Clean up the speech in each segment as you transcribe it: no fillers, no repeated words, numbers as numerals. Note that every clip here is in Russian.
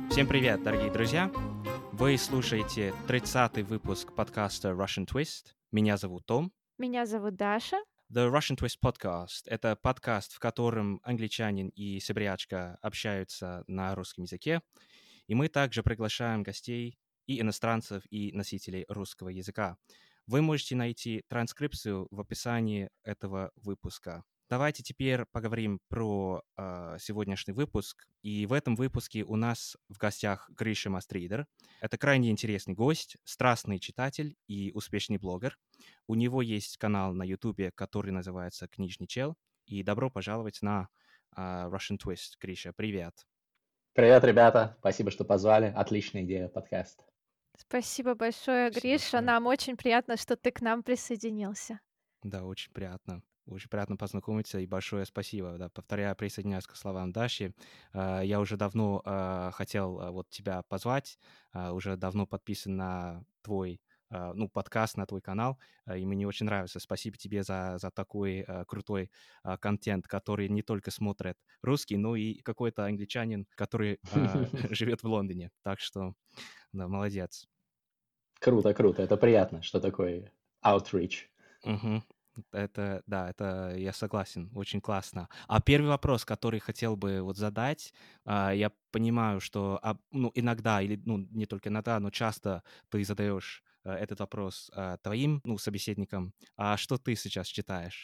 Всем привет, дорогие друзья! Вы слушаете 30-й выпуск подкаста Russian Twist. Меня зовут Том. Меня зовут Даша. The Russian Twist Podcast — это подкаст, в котором англичанин и сибирячка общаются на русском языке, и мы также приглашаем гостей и иностранцев, и носителей русского языка. Вы можете найти транскрипцию в описании этого выпуска. Давайте теперь поговорим про сегодняшний выпуск. И в этом выпуске у нас в гостях Гриша Мастридер. Это крайне интересный гость, страстный читатель и успешный блогер. У него есть канал на Ютубе, который называется «Книжный чел». И добро пожаловать на Russian Twist. Гриша, привет. Привет, ребята. Спасибо, что позвали. Отличная идея подкаста. Спасибо большое, Спасибо Гриша. большое. Нам очень приятно, что ты к нам присоединился. Да, очень приятно. Очень приятно познакомиться, и большое спасибо. Да, повторяю, присоединяюсь к словам Даши. Я уже давно хотел вот тебя позвать, уже давно подписан на твой подкаст, на твой канал, и мне очень нравится. Спасибо тебе за такой крутой контент, который не только смотрит русский, но и какой-то англичанин, который живет в Лондоне. Так что, да, молодец. Круто, круто. Это приятно, что такое outreach. Мгм. Это, да, это я согласен, очень классно. А первый вопрос, который хотел бы вот задать, я понимаю, что иногда, или не только иногда, но часто ты задаешь этот вопрос твоим собеседникам. А что ты сейчас читаешь?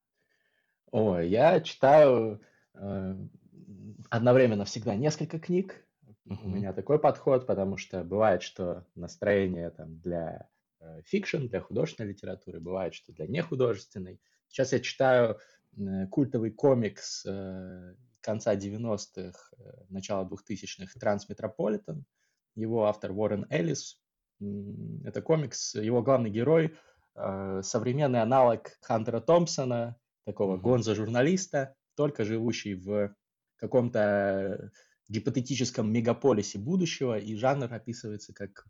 Ой, я читаю одновременно всегда несколько книг. У Мгм. меня такой подход, потому что бывает, что настроение там для фикшн, для художественной литературы, бывает, что для нехудожественной. Сейчас я читаю культовый комикс конца 90-х, начала 2000-х «Трансметрополитен». Его автор Уоррен Эллис. Это комикс, его главный герой современный аналог Хантера Томпсона, такого гонзо-журналиста, только живущий в каком-то гипотетическом мегаполисе будущего, и жанр описывается как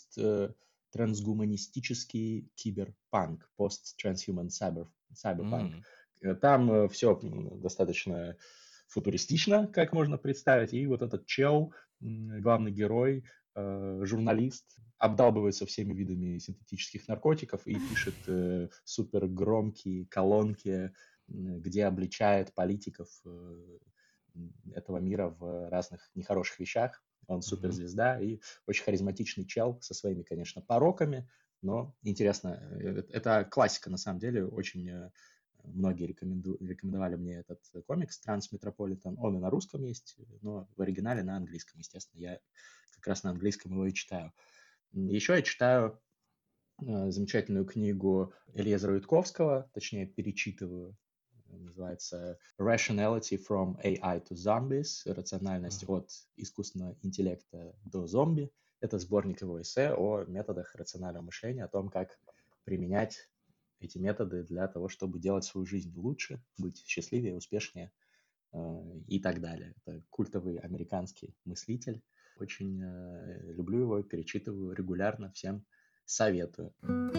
пост-трансгуманистический киберпанк, пост-трансhuman cyberpunk. Там все достаточно футуристично, как можно представить, и вот этот чел, главный герой, журналист, обдалбывается всеми видами синтетических наркотиков и пишет супер громкие колонки, где обличает политиков этого мира в разных нехороших вещах. Он суперзвезда и очень харизматичный чел со своими, конечно, пороками, но интересно. Это классика, на самом деле. Очень многие рекомендовали мне этот комикс «Трансметрополитен». Он и на русском есть, но в оригинале на английском, естественно. Я как раз на английском его и читаю. Еще я читаю замечательную книгу Элиезера Ютковского, точнее, перечитываю. Называется «Rationality from AI to Zombies», «Рациональность от искусственного интеллекта до зомби». Это сборник его эссе о методах рационального мышления, о том, как применять эти методы для того, чтобы делать свою жизнь лучше, быть счастливее, успешнее и так далее. Это культовый американский мыслитель. Очень люблю его, перечитываю регулярно, всем советую.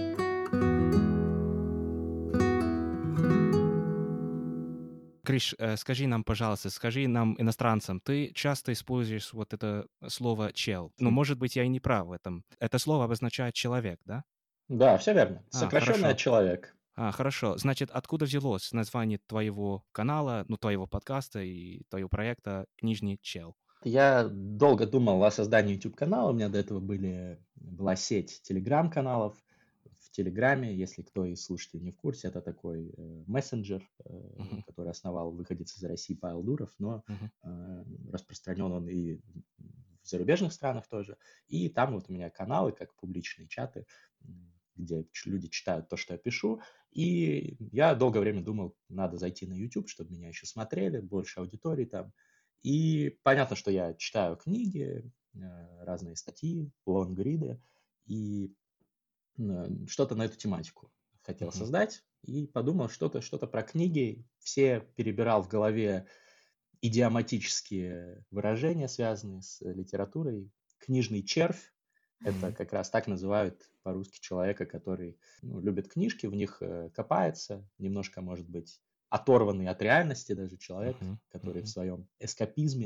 Криш, скажи нам, пожалуйста, скажи нам, иностранцам, ты часто используешь вот это слово «чел». Ну, может быть, я и не прав в этом. Это слово обозначает «человек», да? Да, все верно. Сокращенно Хорошо. от человек. Хорошо. Значит, откуда взялось название твоего канала, твоего подкаста и твоего проекта «Книжный чел»? Я долго думал о создании YouTube-канала. У меня до этого была сеть телеграм-каналов. В Телеграме, если кто из слушателей не в курсе, это такой мессенджер, который основал выходец из России Павел Дуров, но распространен он и в зарубежных странах тоже. И там вот у меня каналы, как публичные чаты, где люди читают то, что я пишу. И я долгое время думал, надо зайти на YouTube, чтобы меня еще смотрели, больше аудитории там. И понятно, что я читаю книги, разные статьи, лонгриды, и что-то на эту тематику хотел создать. И подумал, что-то про книги. Все перебирал в голове идиоматические выражения, связанные с литературой. Книжный червь. Это как раз так называют по-русски человека, который любит книжки, в них копается, немножко, может быть, оторванный от реальности даже человек, который в своем эскапизме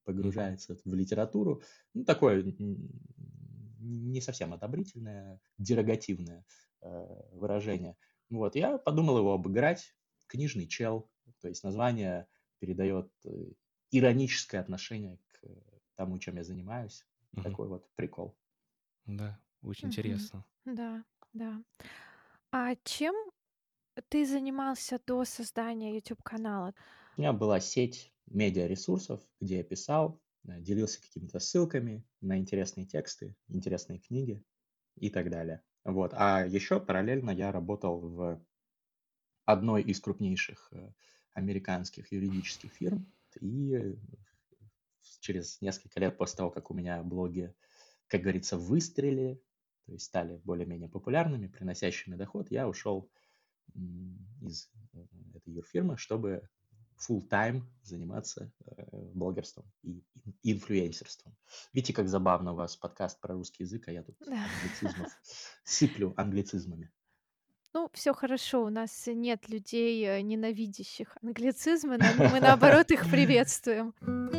погружается в литературу. Ну, такое не совсем одобрительное, дерогативное выражение. Вот, я подумал его обыграть. Книжный чел, то есть название передает ироническое отношение к тому, чем я занимаюсь. Такой вот прикол. Да, очень Мгм. интересно. Да, да. А чем ты занимался до создания YouTube-канала? У меня была сеть медиаресурсов, где я писал, делился какими-то ссылками на интересные тексты, интересные книги и так далее. Вот. А еще параллельно я работал в одной из крупнейших американских юридических фирм. И через несколько лет после того, как у меня блоги, как говорится, выстрелили, то есть стали более-менее популярными, приносящими доход, я ушел из этой юрфирмы, чтобы full-time заниматься блогерством и инфлюенсерством. Видите, как забавно у вас подкаст про русский язык, а я тут Да. англицизмов сыплю англицизмами. Ну, все хорошо, у нас нет людей, ненавидящих англицизмы, мы наоборот их приветствуем.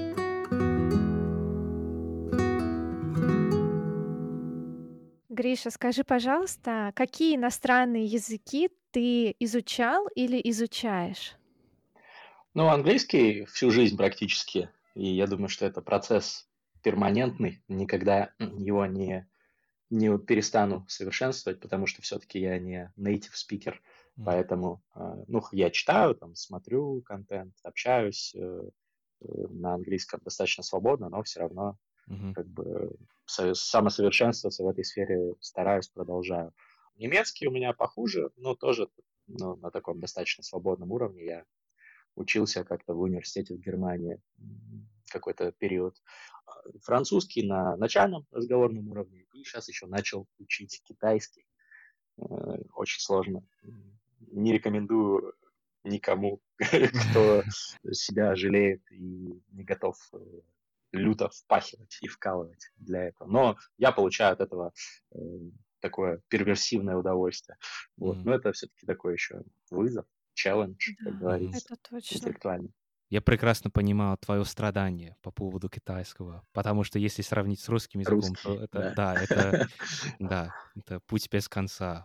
Гриша, скажи, пожалуйста, какие иностранные языки ты изучал или изучаешь? Ну, английский всю жизнь практически, и я думаю, что это процесс перманентный, никогда его не перестану совершенствовать, потому что все-таки я не native speaker, поэтому, ну, я читаю, там, смотрю контент, общаюсь на английском достаточно свободно, но все равно как бы самосовершенствоваться в этой сфере стараюсь, продолжаю. Немецкий у меня похуже, но тоже на таком достаточно свободном уровне. Я учился как-то в университете в Германии какой-то период. Французский на начальном разговорном уровне, и сейчас еще начал учить китайский. Очень сложно. Не рекомендую никому, кто себя жалеет и не готов люто впахивать и вкалывать для этого. Но я получаю от этого такое перверсивное удовольствие. Вот. Но это все-таки такой еще вызов, челлендж, как Да, говорится, это точно. интеллектуальный. Я прекрасно понимаю твое страдание по поводу китайского, потому что если сравнить с русским языком, то Русский, это, да. да, это путь без конца.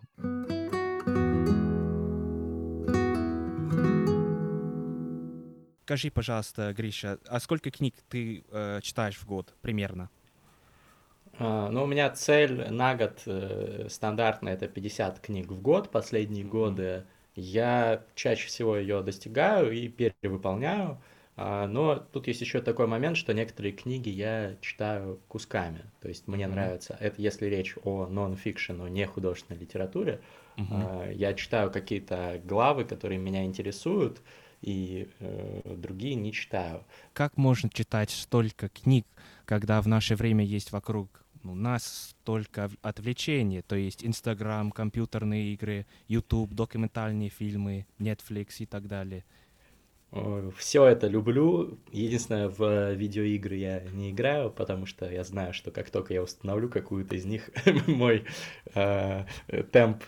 Скажи, пожалуйста, Гриша, а сколько книг ты читаешь в год примерно? Ну, у меня цель на год стандартная, это 50 книг в год. Последние годы я чаще всего ее достигаю и перевыполняю. Но тут есть еще такой момент, что некоторые книги я читаю кусками. То есть мне нравится, это если речь о нон-фикшн, о нехудожественной литературе, я читаю какие-то главы, которые меня интересуют, и другие не читаю. Как можно читать столько книг, когда в наше время есть вокруг нас столько отвлечений, то есть Инстаграм, компьютерные игры, YouTube, документальные фильмы, Netflix и так далее? Все это люблю. Единственное, в видеоигры я не играю, потому что я знаю, что как только я установлю какую-то из них, мой темп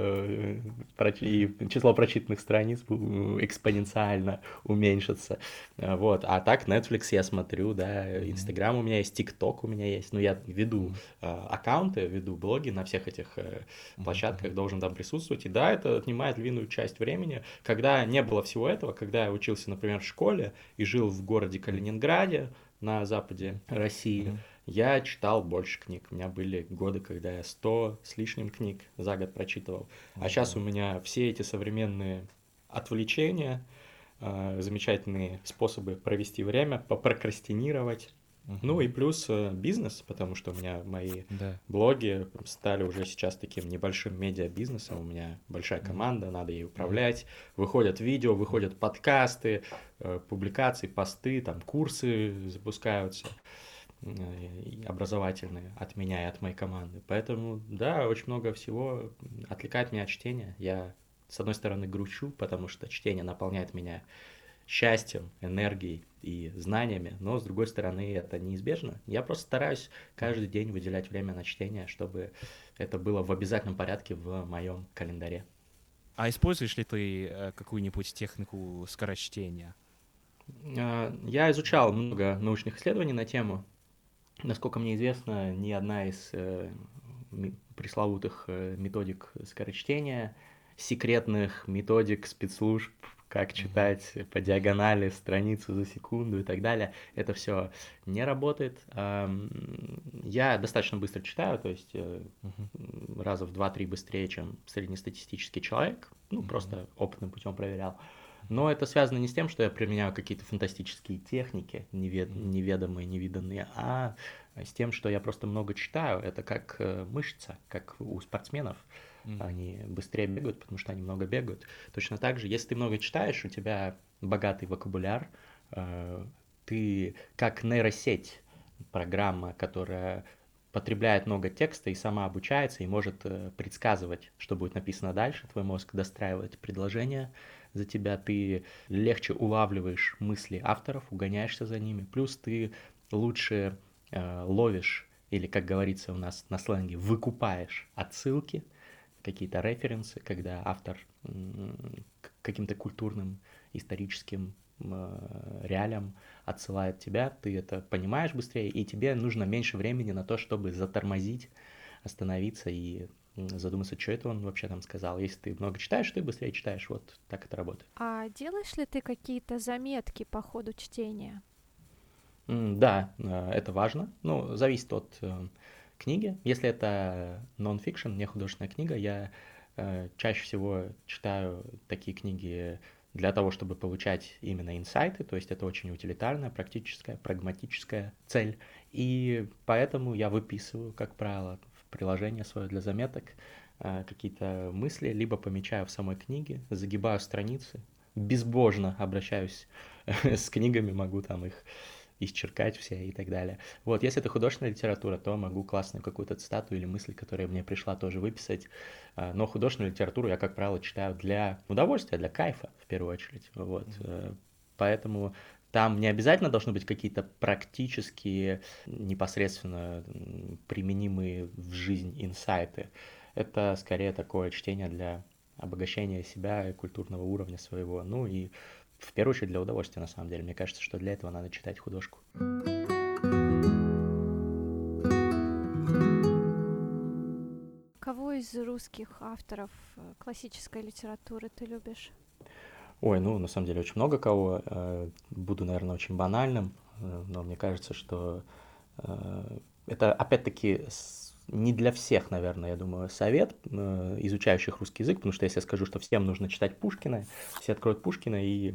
и число прочитанных страниц экспоненциально уменьшится. Вот. А так Netflix я смотрю, да, Instagram у меня есть, TikTok у меня есть. Ну, я веду аккаунты, веду блоги на всех этих площадках, должен там присутствовать. И да, это отнимает львиную часть времени. Когда не было всего этого, когда я учился, например, в школе и жил в городе Калининграде на западе России, я читал больше книг. У меня были годы, когда я 100 с лишним книг за год прочитывал. А сейчас у меня все эти современные отвлечения, замечательные способы провести время, попрокрастинировать. Ну и плюс бизнес, потому что у меня мои блоги стали уже сейчас таким небольшим медиабизнесом. У меня большая команда, надо ей управлять. Выходят видео, выходят подкасты, публикации, посты, там курсы запускаются образовательные от меня и от моей команды. Поэтому, да, очень много всего отвлекает меня от чтения. Я, с одной стороны, грущу, потому что чтение наполняет меня счастьем, энергией и знаниями, но, с другой стороны, это неизбежно. Я просто стараюсь каждый день выделять время на чтение, чтобы это было в обязательном порядке в моем календаре. А используешь ли ты какую-нибудь технику скорочтения? Я изучал много научных исследований на тему. Насколько мне известно, ни одна из пресловутых методик скорочтения, секретных методик спецслужб, как читать по диагонали страницу за секунду и так далее, это все не работает. Я достаточно быстро читаю, то есть раза в 2-3 быстрее, чем среднестатистический человек, просто опытным путем проверял. Но это связано не с тем, что я применяю какие-то фантастические техники, неведомые, невиданные, а с тем, что я просто много читаю. Это как мышца, как у спортсменов. Они быстрее бегают, потому что они много бегают. Точно так же, если ты много читаешь, у тебя богатый вокабуляр, ты как нейросеть, программа, которая потребляет много текста и сама обучается и может предсказывать, что будет написано дальше. Твой мозг достраивает предложения за тебя, ты легче улавливаешь мысли авторов, угоняешься за ними. Плюс ты лучше ловишь, или, как говорится у нас на сленге, выкупаешь отсылки, какие-то референсы, когда автор к каким-то культурным, историческим реалиям отсылает тебя, ты это понимаешь быстрее, и тебе нужно меньше времени на то, чтобы затормозить, остановиться и задуматься, что это он вообще там сказал. Если ты много читаешь, ты быстрее читаешь. Вот так это работает. А делаешь ли ты какие-то заметки по ходу чтения? Да, это важно. Ну, зависит от книги. Если это нон-фикшн, не художественная книга, я чаще всего читаю такие книги для того, чтобы получать именно инсайты, то есть это очень утилитарная, практическая, прагматическая цель. И поэтому я выписываю, как правило, в приложение свое для заметок какие-то мысли, либо помечаю в самой книге, загибаю страницы, безбожно обращаюсь с книгами, могу там их исчеркать все и так далее. Вот, если это художественная литература, то могу классную какую-то цитату или мысль, которая мне пришла, тоже выписать. Но художественную литературу я, как правило, читаю для удовольствия, для кайфа, в первую очередь. Вот. Поэтому там не обязательно должны быть какие-то практические, непосредственно применимые в жизнь инсайты. Это скорее такое чтение для обогащения себя и культурного уровня своего. Ну и в первую очередь для удовольствия, на самом деле. Мне кажется, что для этого надо читать художку. Кого из русских авторов классической литературы ты любишь? Ой, ну, на самом деле, очень много кого. Буду, наверное, очень банальным, но мне кажется, что это, опять-таки, не для всех, наверное, я думаю, совет изучающих русский язык, потому что если я скажу, что всем нужно читать Пушкина, все откроют Пушкина и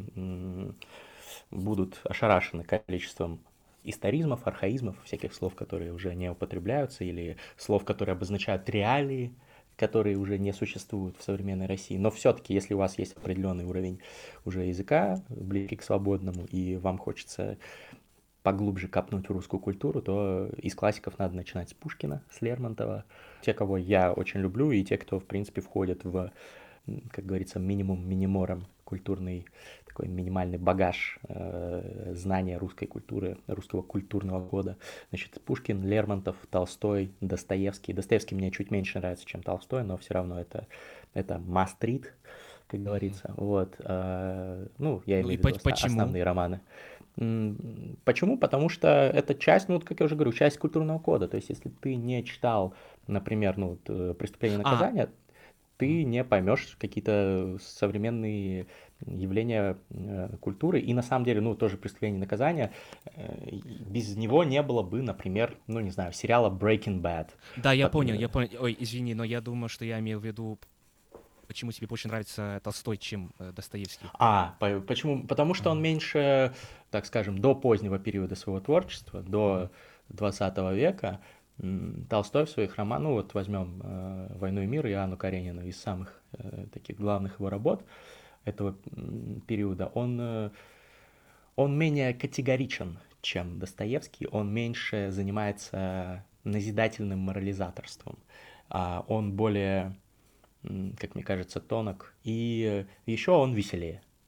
будут ошарашены количеством историзмов, архаизмов, всяких слов, которые уже не употребляются, или слов, которые обозначают реалии, которые уже не существуют в современной России. Но все-таки, если у вас есть определенный уровень уже языка, близкий к свободному, и вам хочется поглубже копнуть в русскую культуру, то из классиков надо начинать с Пушкина, с Лермонтова. Те, кого я очень люблю, и те, кто, в принципе, входят в, как говорится, минимум минимором культурный, такой минимальный багаж знания русской культуры, русского культурного кода. Значит, Пушкин, Лермонтов, Толстой, Достоевский. Достоевский мне чуть меньше нравится, чем Толстой, но все равно это must read, как говорится. Вот. Ну, я имею в виду основные романы. Почему? Потому что это часть, ну, как я уже говорю, часть культурного кода. То есть, если ты не читал, например, ну, «Преступление и наказание», ты не поймешь какие-то современные явления культуры. И на самом деле, ну, тоже «Преступление и наказание», без него не было бы, например, ну, не знаю, сериала Breaking Bad. Да, я понял. Ой, извини, но я думаю, что я имел в виду, почему тебе больше нравится Толстой, чем Достоевский. Почему? Потому что он меньше, так скажем, до позднего периода своего творчества, до 20 века, Толстой в своих романах, ну вот возьмем «Войну и мир» и Анну Каренину из самых таких главных его работ этого периода, он менее категоричен, чем Достоевский, он меньше занимается назидательным морализаторством, он более, как мне кажется, тонок, и еще он веселее.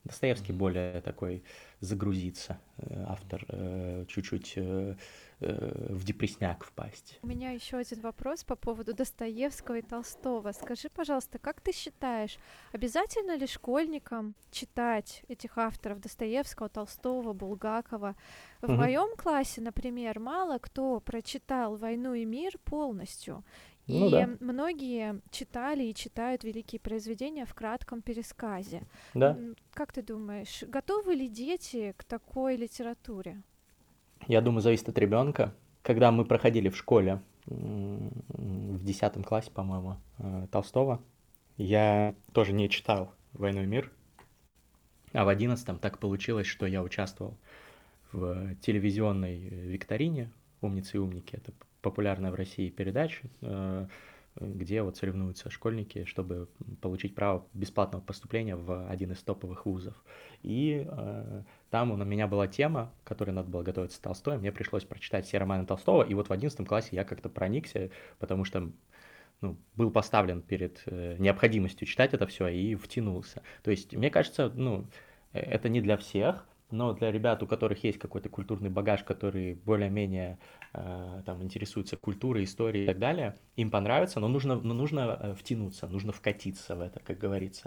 Достоевский более такой загрузиться, автор чуть-чуть в депресняк впасть. У меня еще один вопрос по поводу Достоевского и Толстого. Скажи, пожалуйста, как ты считаешь, обязательно ли школьникам читать этих авторов Достоевского, Толстого, Булгакова? В Мгм. моем классе, например, мало кто прочитал «Войну и мир» полностью. Ну И да, многие читали и читают великие произведения в кратком пересказе. да. Как ты думаешь, готовы ли дети к такой литературе? Я думаю, зависит от ребенка. Когда мы проходили в школе в 10 классе, по-моему, Толстого, я тоже не читал «Войну и мир», а в 11 так получилось, что я участвовал в телевизионной викторине «Умницы и умники». Это популярная в России передача, где вот соревнуются школьники, чтобы получить право бесплатного поступления в один из топовых вузов. И там у меня была тема, к которой надо было готовиться Толстой. Мне пришлось прочитать все романы Толстого, и вот в 11 классе я как-то проникся, потому что был поставлен перед необходимостью читать это все и втянулся. То есть, мне кажется, это не для всех, но для ребят, у которых есть какой-то культурный багаж, которые более-менее там интересуются культурой, историей и так далее, им понравится, но нужно втянуться, нужно вкатиться в это, как говорится.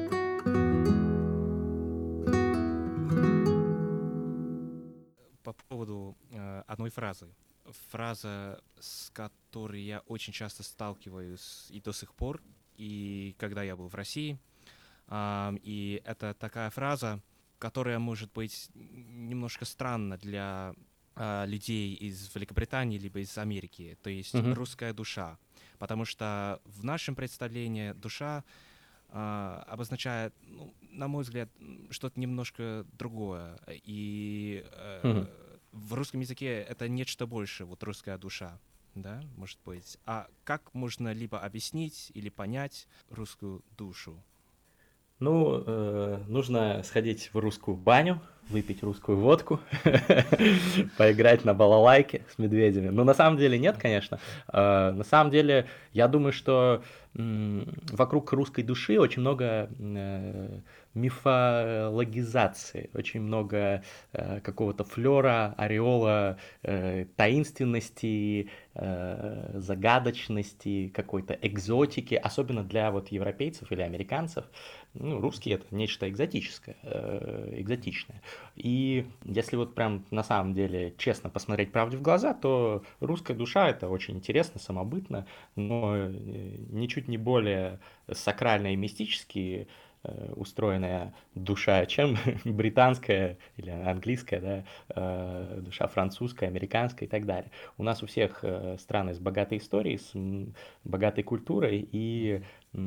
По поводу одной фразы. Фраза, с которой я очень часто сталкиваюсь и до сих пор, и когда я был в России. И это такая фраза, которая может быть немножко странна для людей из Великобритании либо из Америки, то есть Мгм. русская душа. Потому что в нашем представлении душа обозначает, на мой взгляд, что-то немножко другое. И Мгм. в русском языке это нечто больше, вот русская душа, да, может быть. А как можно либо объяснить или понять русскую душу? Нужно сходить в русскую баню, выпить русскую водку, поиграть на балалайке с медведями. На самом деле нет, конечно. На самом деле, я думаю, что вокруг русской души очень много мифологизации, очень много какого-то флера, ореола, таинственности, загадочности, какой-то экзотики, особенно для вот европейцев или американцев. Русский это нечто экзотическое, экзотичное. И если вот прям на самом деле честно посмотреть правде в глаза, то русская душа это очень интересно, самобытно, но ничуть не более сакрально и мистически устроенная душа, чем британская или английская, да, душа французская, американская и так далее. У нас у всех страны с богатой историей, с богатой культурой и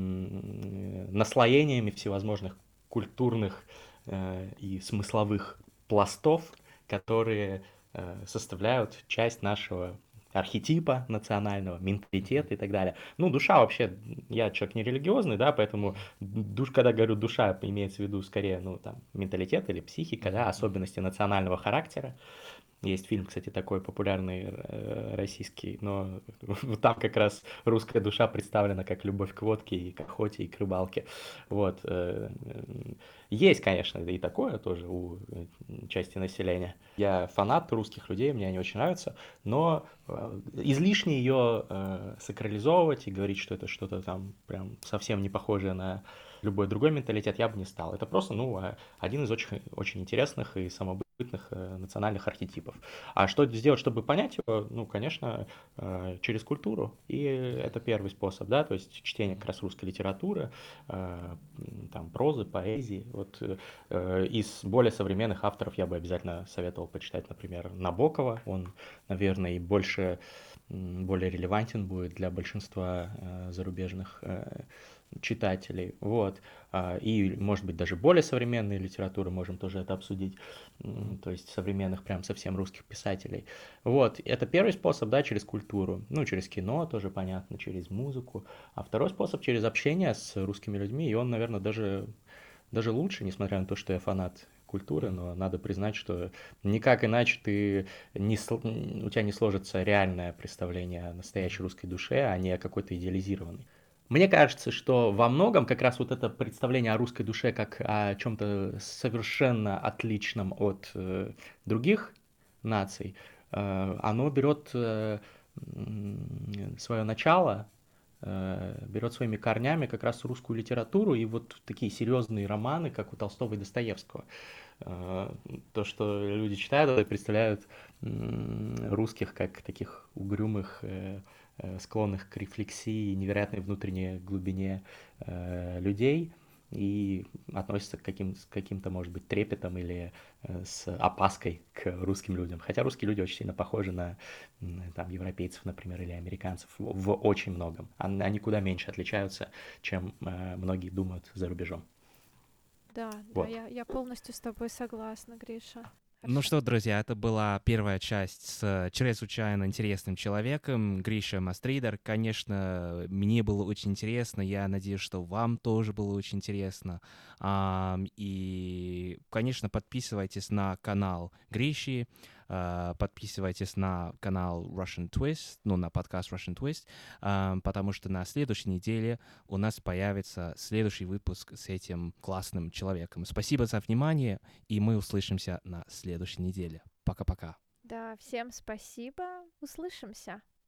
наслоениями всевозможных культурных и смысловых пластов, которые составляют часть нашего архетипа национального, менталитета и так далее. Душа вообще, я человек не религиозный, да, поэтому когда говорю душа, имеется в виду скорее, менталитет или психика, да, особенности национального характера. Есть фильм, кстати, такой популярный российский, но там как раз русская душа представлена как любовь к водке и к охоте и к рыбалке. Вот. Есть, конечно, и такое тоже у части населения. Я фанат русских людей, мне они очень нравятся, но излишне ее сакрализовывать и говорить, что это что-то там прям совсем не похожее на любой другой менталитет, я бы не стал. Это просто, один из очень, очень интересных и самобытных национальных архетипов. А что сделать, чтобы понять его? Конечно, через культуру. И это первый способ, да, то есть чтение как раз русской литературы, там, прозы, поэзии. Вот из более современных авторов я бы обязательно советовал почитать, например, Набокова. Он, наверное, и более релевантен будет для большинства зарубежных читателей, вот, и, может быть, даже более современной литературы, можем тоже это обсудить, то есть современных прям совсем русских писателей, вот, это первый способ, да, через культуру, через кино тоже понятно, через музыку, а второй способ через общение с русскими людьми, и он, наверное, даже лучше, несмотря на то, что я фанат культуры, но надо признать, что никак иначе у тебя не сложится реальное представление о настоящей русской душе, а не о какой-то идеализированной. Мне кажется, что во многом как раз вот это представление о русской душе как о чем-то совершенно отличном от других наций, оно берет свое начало, берет своими корнями как раз русскую литературу и вот такие серьезные романы, как у Толстого и Достоевского. То, что люди читают, и представляют русских как таких угрюмых, склонных к рефлексии, невероятной внутренней глубине людей, и относятся к каким-то, может быть, трепетом или с опаской к русским людям. Хотя русские люди очень сильно похожи на там, европейцев, например, или американцев в очень многом. Они куда меньше отличаются, чем многие думают за рубежом. Да, Вот. я полностью с тобой согласна, Гриша. Ну Хорошо. что, друзья, это была первая часть с чрезвычайно интересным человеком, Гриша Мастридер. Конечно, мне было очень интересно, я надеюсь, что вам тоже было очень интересно. И, конечно, подписывайтесь на канал Гриши, подписывайтесь на канал Russian Twist, на подкаст Russian Twist, потому что на следующей неделе у нас появится следующий выпуск с этим классным человеком. Спасибо за внимание, и мы услышимся на следующей неделе. Пока-пока. Да, всем спасибо. Услышимся.